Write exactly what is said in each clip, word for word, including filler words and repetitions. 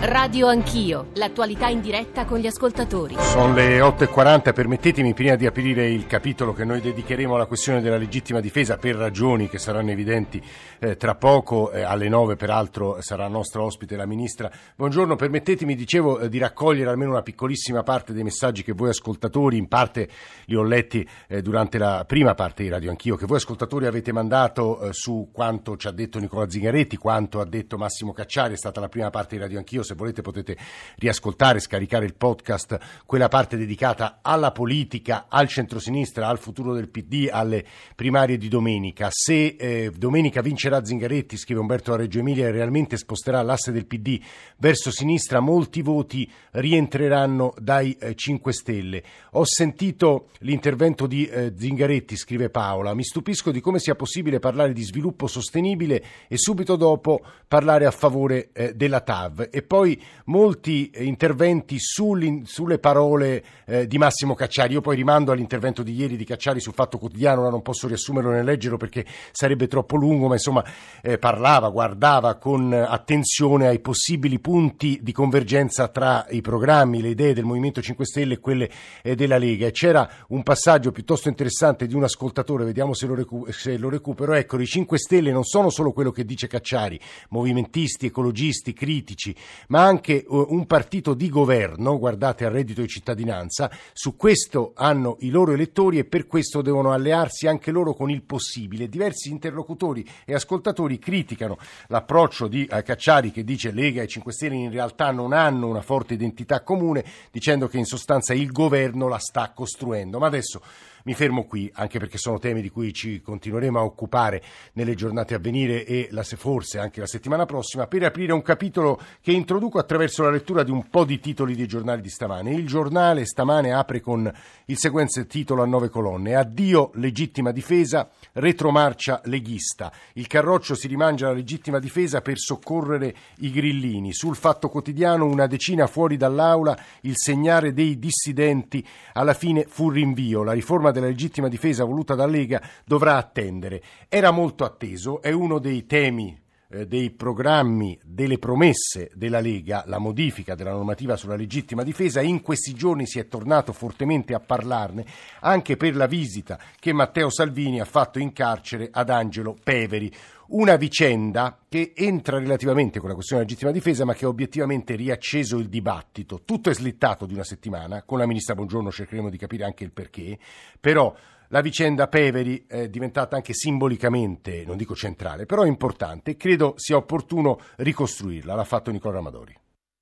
Radio Anch'io, l'attualità in diretta con gli ascoltatori. Sono le otto e quaranta, permettetemi prima di aprire il capitolo che noi dedicheremo alla questione della legittima difesa per ragioni che saranno evidenti eh, tra poco, eh, alle nove peraltro sarà nostra ospite la Ministra. Buongiorno, permettetemi, dicevo, eh, di raccogliere almeno una piccolissima parte dei messaggi che voi ascoltatori, in parte li ho letti eh, durante la prima parte di Radio Anch'io, che voi ascoltatori avete mandato eh, su quanto ci ha detto Nicola Zingaretti, quanto ha detto Massimo Cacciari. È stata la prima parte di Radio Anch'io. Se volete potete riascoltare, scaricare il podcast, quella parte dedicata alla politica, al centrosinistra, al futuro del P D, alle primarie di domenica. Se eh, domenica vincerà Zingaretti, scrive Umberto da Reggio Emilia, e realmente sposterà l'asse del P D verso sinistra, molti voti rientreranno dai eh, cinque Stelle. Ho sentito l'intervento di eh, Zingaretti, scrive Paola, mi stupisco di come sia possibile parlare di sviluppo sostenibile e subito dopo parlare a favore eh, della T A V. E poi molti interventi sul, sulle parole eh, di Massimo Cacciari. Io poi rimando all'intervento di ieri di Cacciari sul Fatto Quotidiano, ora non posso riassumerlo né leggerlo perché sarebbe troppo lungo, ma insomma eh, parlava, guardava con attenzione ai possibili punti di convergenza tra i programmi, le idee del Movimento cinque Stelle e quelle eh, della Lega. E c'era un passaggio piuttosto interessante di un ascoltatore, vediamo se lo, recu- se lo recupero. Ecco, i cinque Stelle non sono solo quello che dice Cacciari, movimentisti, ecologisti, critici, ma anche un partito di governo, guardate al reddito di cittadinanza. Su questo hanno i loro elettori e per questo devono allearsi anche loro con il possibile. Diversi interlocutori e ascoltatori criticano l'approccio di Cacciari, che dice Lega e cinque Stelle in realtà non hanno una forte identità comune, dicendo che in sostanza il governo la sta costruendo. Ma adesso mi fermo qui, anche perché sono temi di cui ci continueremo a occupare nelle giornate a venire e la, forse anche la settimana prossima, per aprire un capitolo che introduco attraverso la lettura di un po' di titoli dei giornali di stamane. Il Giornale stamane apre con il seguente titolo a nove colonne: addio legittima difesa, retromarcia leghista. Il Carroccio si rimangia la legittima difesa per soccorrere i grillini. Sul Fatto Quotidiano, una decina fuori dall'aula, il segnare dei dissidenti, alla fine fu rinvio. La riforma della legittima difesa voluta da Lega dovrà attendere. Era molto atteso, è uno dei temi, eh, dei programmi, delle promesse della Lega, la modifica della normativa sulla legittima difesa. In questi giorni si è tornato fortemente a parlarne, anche per la visita che Matteo Salvini ha fatto in carcere ad Angelo Peveri. Una vicenda che entra relativamente con la questione della legittima difesa, ma che ha obiettivamente riacceso il dibattito. Tutto è slittato di una settimana, con la Ministra Bongiorno cercheremo di capire anche il perché, però la vicenda Peveri è diventata anche simbolicamente, non dico centrale, però importante, e credo sia opportuno ricostruirla. L'ha fatto Nicola Ramadori.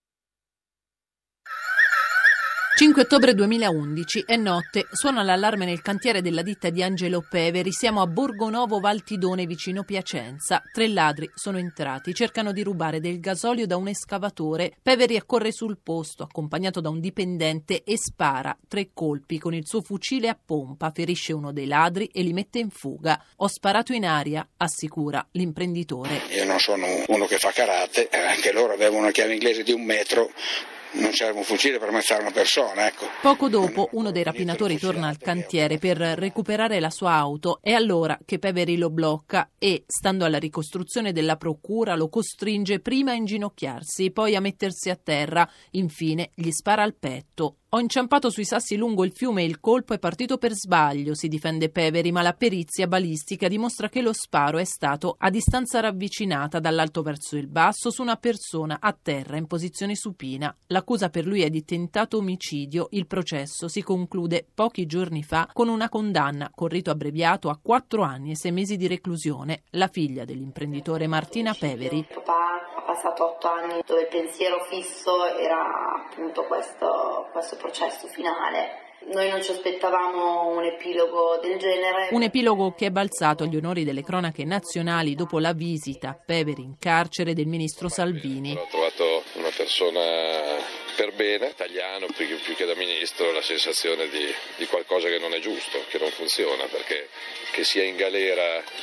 cinque ottobre duemilaundici, è notte, suona l'allarme nel cantiere della ditta di Angelo Peveri. Siamo a Borgonovo Valtidone, vicino Piacenza. Tre ladri sono entrati, cercano di rubare del gasolio da un escavatore. Peveri accorre sul posto, accompagnato da un dipendente, e spara tre colpi con il suo fucile a pompa, ferisce uno dei ladri e li mette in fuga. Ho sparato in aria, assicura l'imprenditore. Io non sono uno che fa karate, anche loro avevano una chiave inglese di un metro. Non serve un fucile per ammazzare una persona, ecco. Poco dopo uno dei rapinatori torna al cantiere per recuperare la sua auto. È allora che Peveri lo blocca e, stando alla ricostruzione della procura, lo costringe prima a inginocchiarsi, poi a mettersi a terra, infine gli spara al petto. Ho inciampato sui sassi lungo il fiume e il colpo è partito per sbaglio, si difende Peveri, ma la perizia balistica dimostra che lo sparo è stato a distanza ravvicinata dall'alto verso il basso su una persona a terra in posizione supina. L'accusa per lui è di tentato omicidio. Il processo si conclude pochi giorni fa con una condanna con rito abbreviato a quattro anni e sei mesi di reclusione. La figlia dell'imprenditore Martina Peveri. Papà ha passato otto anni dove il pensiero fisso era appunto questo, questo processo finale. Noi non ci aspettavamo un epilogo del genere. Un epilogo che è balzato agli onori delle cronache nazionali dopo la visita a Peveri in carcere del ministro Salvini. Ho trovato una persona per bene, italiano più, più che da ministro, la sensazione di, di qualcosa che non è giusto, che non funziona, perché che sia in galera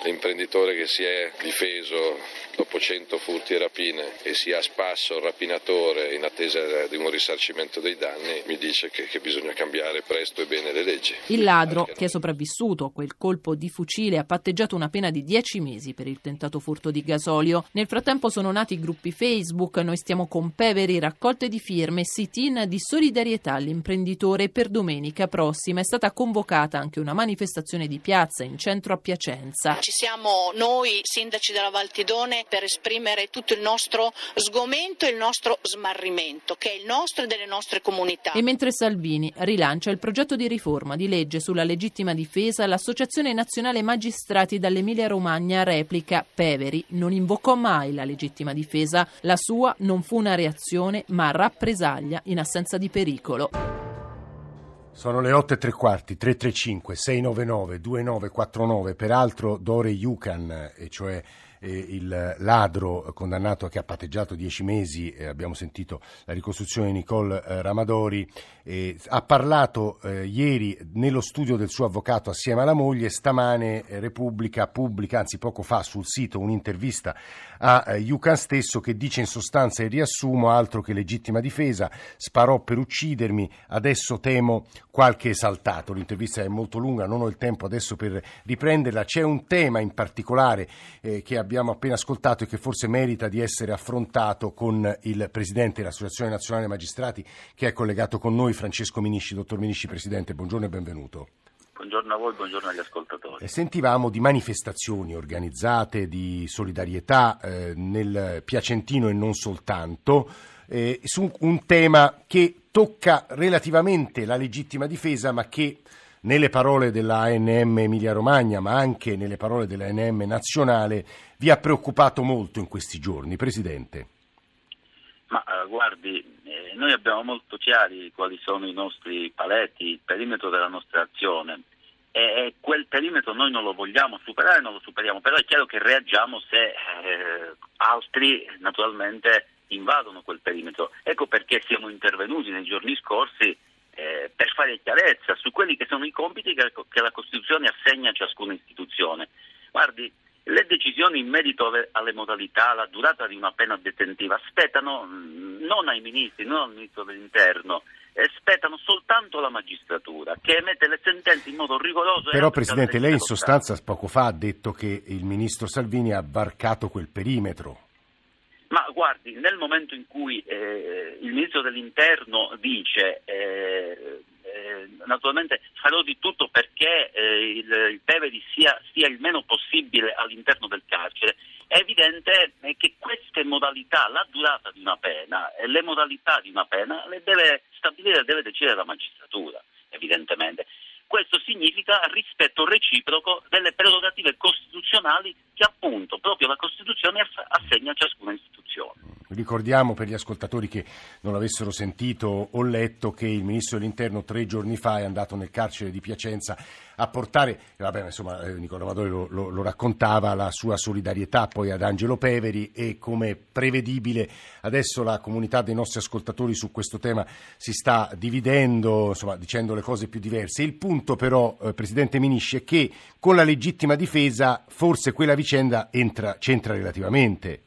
l'imprenditore che si è difeso dopo cento furti e rapine e sia a spasso il rapinatore in attesa di un risarcimento dei danni, mi dice che, che bisogna cambiare presto e bene le leggi. Il ladro, che è sopravvissuto a quel colpo di fucile, ha patteggiato una pena di dieci mesi per il tentato furto di gasolio. Nel frattempo sono nati gruppi Facebook, Noi stiamo con Peveri, raccolte di firme, sit-in di solidarietà all'imprenditore. Per domenica prossima è stata convocata anche una manifestazione di piazza in centro a Piacenza. Ci siamo noi, sindaci della Valtidone, per esprimere tutto il nostro sgomento e il nostro smarrimento, che è il nostro e delle nostre comunità. E mentre Salvini rilancia il progetto di riforma di legge sulla legittima difesa, l'Associazione Nazionale Magistrati dall'Emilia Romagna replica: Peveri non invocò mai la legittima difesa, la sua non fu una reazione ma rappresaglia in assenza di pericolo. Sono le otto e tre quarti, tre tre cinque sei nove nove due nove quattro nove. Peraltro Dore Jukan, e cioè eh, il ladro condannato che ha patteggiato dieci mesi, eh, abbiamo sentito la ricostruzione di Nicole eh, Ramadori, eh, ha parlato eh, ieri nello studio del suo avvocato assieme alla moglie. Stamane eh, Repubblica pubblica, anzi poco fa sul sito, un'intervista a eh, Jukan stesso, che dice in sostanza, e riassumo: altro che legittima difesa, sparò per uccidermi, adesso temo qualche esaltato. L'intervista è molto lunga, non ho il tempo adesso per riprenderla. C'è un tema in particolare eh, che abbiamo appena ascoltato e che forse merita di essere affrontato con il Presidente dell'Associazione Nazionale Magistrati, che è collegato con noi, Francesco Minisci. Dottor Minisci, Presidente, buongiorno e benvenuto. Buongiorno a voi, buongiorno agli ascoltatori. Sentivamo di manifestazioni organizzate di solidarietà eh, nel Piacentino e non soltanto, eh, su un tema che tocca relativamente la legittima difesa, ma che nelle parole della A N M Emilia Romagna, ma anche nelle parole della A N M nazionale, vi ha preoccupato molto in questi giorni, Presidente. Ma eh, guardi, eh, noi abbiamo molto chiari quali sono i nostri paletti, il perimetro della nostra azione, e, e quel perimetro noi non lo vogliamo superare, non lo superiamo, però è chiaro che reagiamo se eh, altri naturalmente invadono quel perimetro. Ecco perché siamo intervenuti nei giorni scorsi eh, per fare chiarezza su quelli che sono i compiti che, che la Costituzione assegna a ciascuna istituzione. Guardi, le decisioni in merito alle, alle modalità, alla durata di una pena detentiva spettano mh, non ai ministri, non al ministro dell'interno, eh, spettano soltanto alla magistratura, che emette le sentenze in modo rigoroso. Però, Presidente, lei in sostanza poco fa ha detto che il ministro Salvini ha varcato quel perimetro. Ma guardi, nel momento in cui eh, il ministro dell'interno dice eh, eh, naturalmente farò di tutto perché eh, il, il Peveri sia, sia il meno possibile all'interno del carcere, è evidente eh, che queste modalità, la durata di una pena e le modalità di una pena le deve stabilire, deve decidere la magistratura, evidentemente. Questo significa rispetto reciproco delle prerogative costituzionali che appunto proprio la Costituzione assegna a ciascuna istituzione. Ricordiamo per gli ascoltatori che non l'avessero sentito o letto che il Ministro dell'Interno tre giorni fa è andato nel carcere di Piacenza a portare, vabbè, insomma, eh, Nicola Ramadori lo, lo, lo raccontava, la sua solidarietà poi ad Angelo Peveri, e come prevedibile adesso la comunità dei nostri ascoltatori su questo tema si sta dividendo, insomma, dicendo le cose più diverse. Il punto però, eh, Presidente Minisci, è che con la legittima difesa forse quella vicenda entra, c'entra relativamente.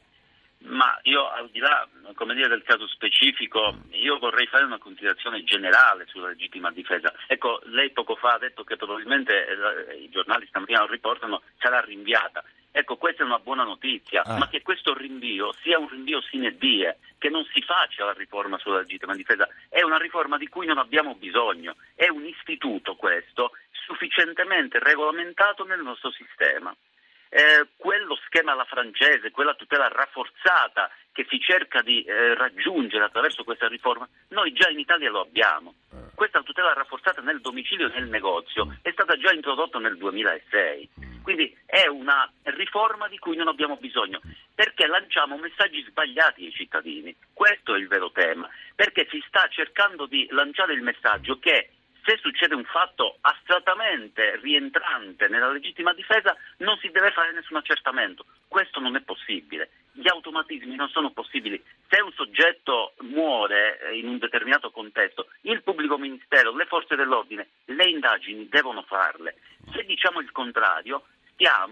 Ma io, al di là, come dire, del caso specifico, io vorrei fare una considerazione generale sulla legittima difesa. Ecco, lei poco fa ha detto che probabilmente eh, i giornali stamattina lo riportano, sarà rinviata. Ecco, questa è una buona notizia, ah. ma che questo rinvio sia un rinvio sine die, che non si faccia la riforma sulla legittima difesa, è una riforma di cui non abbiamo bisogno, è un istituto questo sufficientemente regolamentato nel nostro sistema. Eh, quello schema alla francese, quella tutela rafforzata che si cerca di eh, raggiungere attraverso questa riforma, noi già in Italia lo abbiamo. Questa tutela rafforzata nel domicilio e nel negozio è stata già introdotta nel duemilasei, quindi è una riforma di cui non abbiamo bisogno, perché lanciamo messaggi sbagliati ai cittadini. Questo è il vero tema, perché si sta cercando di lanciare il messaggio che se succede un fatto astrattamente rientrante nella legittima difesa non si deve fare nessun accertamento. Questo non è possibile. Gli automatismi non sono possibili. Se un soggetto muore in un determinato contesto, il pubblico ministero, le forze dell'ordine, le indagini devono farle. Se diciamo il contrario, stiamo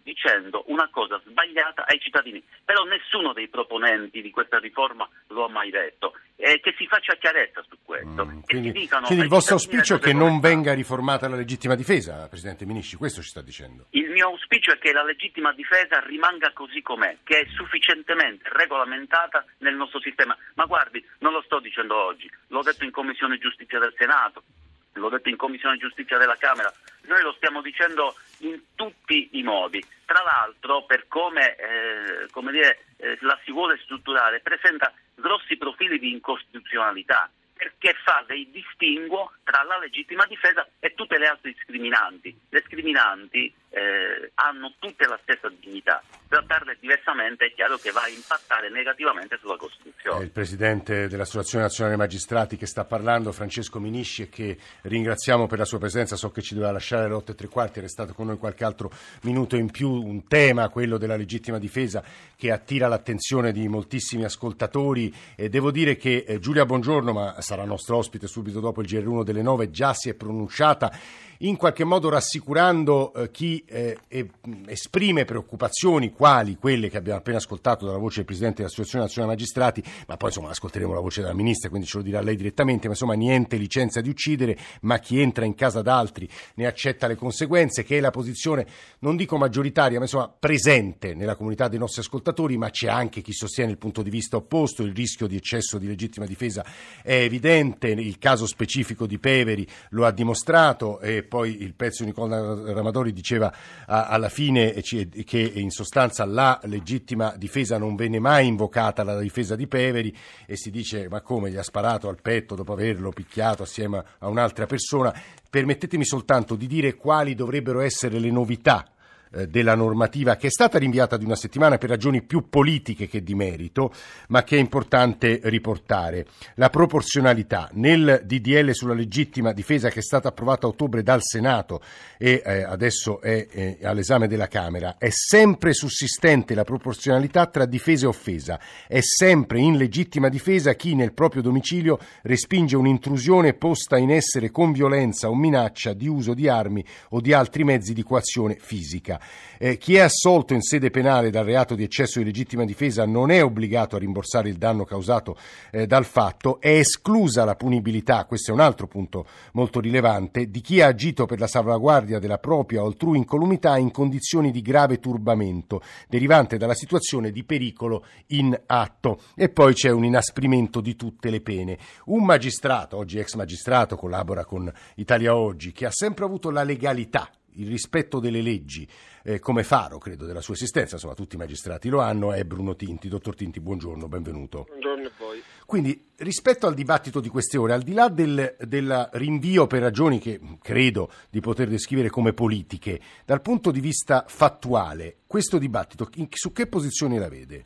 dicendo una cosa sbagliata ai cittadini, però nessuno dei proponenti di questa riforma lo ha mai detto. E che si faccia chiarezza su questo. Mm, e quindi, si dicano quindi il vostro cittadini auspicio è le che cose non come venga riformata la legittima difesa, Presidente Minisci, questo ci sta dicendo? Il mio auspicio è che la legittima difesa rimanga così com'è, che è sufficientemente regolamentata nel nostro sistema. Ma guardi, non lo sto dicendo oggi, l'ho detto in Commissione Giustizia del Senato, l'ho detto in Commissione Giustizia della Camera, noi lo stiamo dicendo in tutti i modi. Tra l'altro, per come, eh, come dire, eh, la si vuole strutturare, presenta grossi profili di incostituzionalità, perché fa dei distinguo tra la legittima difesa e tutte le altre scriminanti. Le scriminanti eh, hanno tutte la stessa dignità. Trattarle diversamente è chiaro che va a impattare negativamente sulla Costituzione. È il Presidente dell'Associazione Nazionale Magistrati che sta parlando, Francesco Minisci, e che ringraziamo per la sua presenza. So che ci doveva lasciare alle otto e tre quarti, è restato con noi qualche altro minuto in più. Un tema, quello della legittima difesa, che attira l'attenzione di moltissimi ascoltatori, e devo dire che eh, Giulia Bongiorno, ma sarà nostro ospite subito dopo il G R uno delle nove, già si è pronunciata in qualche modo rassicurando eh, chi eh, eh, esprime preoccupazioni quali quelle che abbiamo appena ascoltato dalla voce del Presidente dell'Associazione Nazionale Magistrati, ma poi insomma ascolteremo la voce della Ministra, quindi ce lo dirà lei direttamente. Ma insomma, niente licenza di uccidere, ma chi entra in casa d'altri ne accetta le conseguenze, che è la posizione, non dico maggioritaria, ma insomma presente nella comunità dei nostri ascoltatori. Ma c'è anche chi sostiene il punto di vista opposto. Il rischio di eccesso di legittima difesa è evidente, il caso specifico di Peveri lo ha dimostrato, e poi il pezzo di Nicola Ramadori diceva a, alla fine che in sostanza la legittima difesa non venne mai invocata, la difesa di Peveri, e si dice: ma come, gli ha sparato al petto dopo averlo picchiato assieme a un'altra persona? Permettetemi soltanto di dire quali dovrebbero essere le novità della normativa, che è stata rinviata di una settimana per ragioni più politiche che di merito, ma che è importante riportare. La proporzionalità nel D D L sulla legittima difesa, che è stata approvata a ottobre dal Senato e eh, adesso è eh, all'esame della Camera, è sempre sussistente la proporzionalità tra difesa e offesa. È sempre in legittima difesa chi nel proprio domicilio respinge un'intrusione posta in essere con violenza o minaccia di uso di armi o di altri mezzi di coazione fisica. Eh, chi è assolto in sede penale dal reato di eccesso di legittima difesa non è obbligato a rimborsare il danno causato eh, dal fatto. È esclusa la punibilità, questo è un altro punto molto rilevante, di chi ha agito per la salvaguardia della propria o altrui incolumità in condizioni di grave turbamento derivante dalla situazione di pericolo in atto. E poi c'è un inasprimento di tutte le pene. Un magistrato, oggi ex magistrato, collabora con Italia Oggi, che ha sempre avuto la legalità, il rispetto delle leggi eh, come faro, credo, della sua esistenza, insomma tutti i magistrati lo hanno, è Bruno Tinti. Dottor Tinti, buongiorno, benvenuto. Buongiorno a voi. Quindi, rispetto al dibattito di queste ore, al di là del, del rinvio per ragioni che credo di poter descrivere come politiche, dal punto di vista fattuale, questo dibattito in, su che posizione la vede?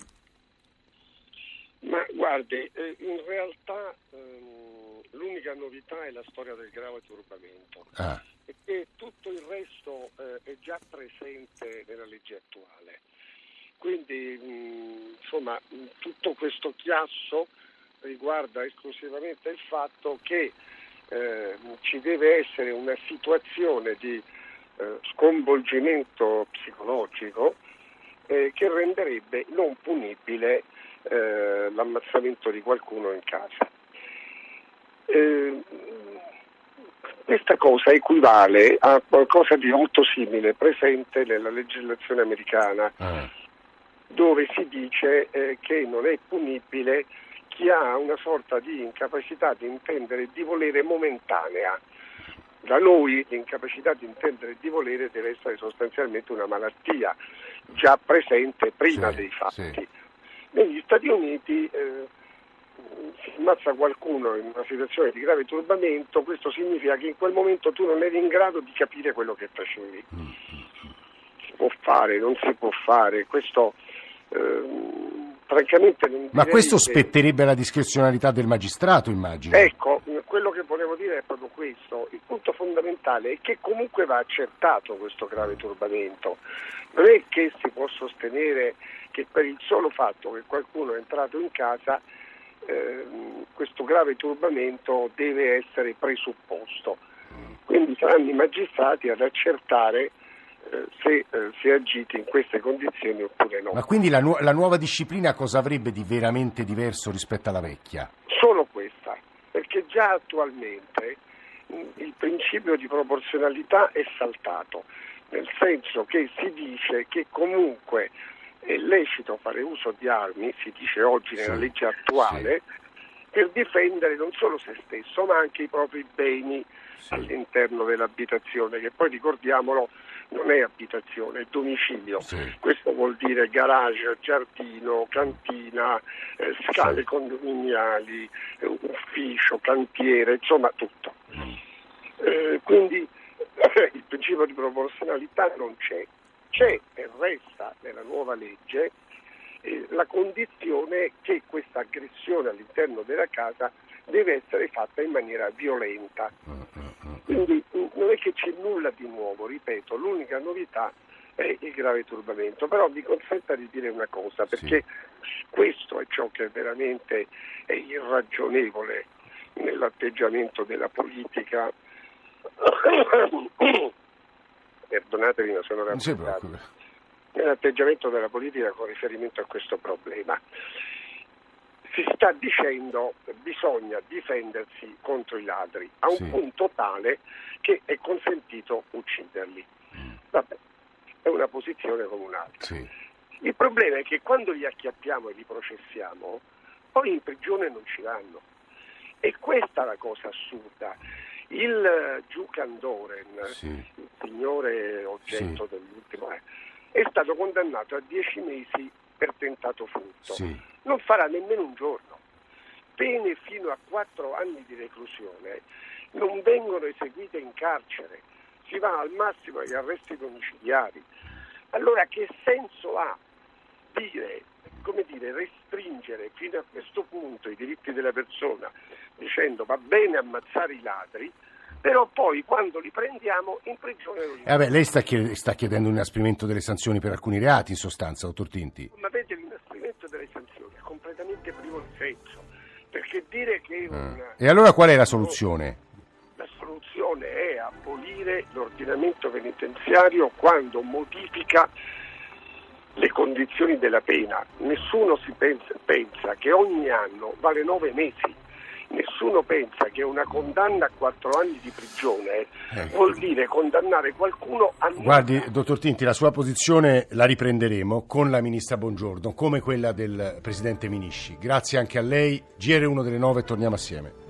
Ma guardi, eh, in realtà ehm, l'unica novità è la storia del grave turbamento. Ah. Perché tutto il resto eh, è già presente nella legge attuale. Quindi mh, insomma tutto questo chiasso riguarda esclusivamente il fatto che eh, ci deve essere una situazione di eh, sconvolgimento psicologico eh, che renderebbe non punibile eh, l'ammazzamento di qualcuno in casa. Eh, Questa cosa equivale a qualcosa di molto simile presente nella legislazione americana, ah. dove si dice eh, che non è punibile chi ha una sorta di incapacità di intendere e di volere momentanea. Da noi l'incapacità di intendere e di volere deve essere sostanzialmente una malattia già presente prima sì, dei fatti. Sì. Negli Stati Uniti eh, si ammazza qualcuno in una situazione di grave turbamento, questo significa che in quel momento tu non eri in grado di capire quello che facevi. Si può fare, non si può fare, questo eh, francamente non. Ma questo che... spetterebbe alla discrezionalità del magistrato, immagino. Ecco, quello che volevo dire è proprio questo. Il punto fondamentale è che comunque va accertato questo grave turbamento. Non è che si può sostenere che per il solo fatto che qualcuno è entrato in casa Eh, questo grave turbamento deve essere presupposto. Quindi saranno i magistrati ad accertare eh, se eh, si è agiti in queste condizioni oppure no. Ma quindi la, nu- la nuova disciplina cosa avrebbe di veramente diverso rispetto alla vecchia? Solo questa, perché già attualmente mh, il principio di proporzionalità è saltato, nel senso che si dice che comunque è lecito fare uso di armi, si dice oggi nella sì, legge attuale, sì. per difendere non solo se stesso ma anche i propri beni sì. all'interno dell'abitazione, che poi ricordiamolo non è abitazione, è domicilio. Sì. Questo vuol dire garage, giardino, cantina, eh, scale sì. condominiali, eh, ufficio, cantiere, insomma tutto. Mm. Eh, quindi eh, il principio di proporzionalità non c'è. C'è e resta nella nuova legge eh, la condizione che questa aggressione all'interno della casa deve essere fatta in maniera violenta. Quindi non è che c'è nulla di nuovo, ripeto, l'unica novità è il grave turbamento, però mi consenta di dire una cosa, perché sì. questo è ciò che veramente è irragionevole nell'atteggiamento della politica. Perdonatemi, ma sono raffreddato. Nell'atteggiamento della politica con riferimento a questo problema. Si sta dicendo che bisogna difendersi contro i ladri a un sì. punto tale che è consentito ucciderli. Mm. Vabbè, è una posizione come un'altra. Sì. Il problema è che quando li acchiappiamo e li processiamo, poi in prigione non ci vanno. E questa è la cosa assurda. Il Jukan Doren, sì. il signore oggetto sì. dell'ultimo, eh, è stato condannato a dieci mesi per tentato furto. Sì. Non farà nemmeno un giorno. Pene fino a quattro anni di reclusione non vengono eseguite in carcere, si va al massimo agli arresti domiciliari. Allora che senso ha dire, come dire, restringere fino a questo punto i diritti della persona dicendo va bene ammazzare i ladri, però poi quando li prendiamo in prigione non li eh vabbè, lei sta, chied- sta chiedendo un inasprimento delle sanzioni per alcuni reati in sostanza, dottor Tinti. Ma vede, l'inasprimento delle sanzioni è completamente privo di senso, perché dire che ah. una... E allora qual è la soluzione? La soluzione è abolire l'ordinamento penitenziario quando modifica le condizioni della pena. Nessuno si pensa, pensa che ogni anno vale nove mesi. Nessuno pensa che una condanna a quattro anni di prigione ecco. vuol dire condannare qualcuno a... Guardi, dottor Tinti, la sua posizione la riprenderemo con la ministra Bongiorno, come quella del presidente Minisci. Grazie anche a lei. G R uno delle nove, torniamo assieme.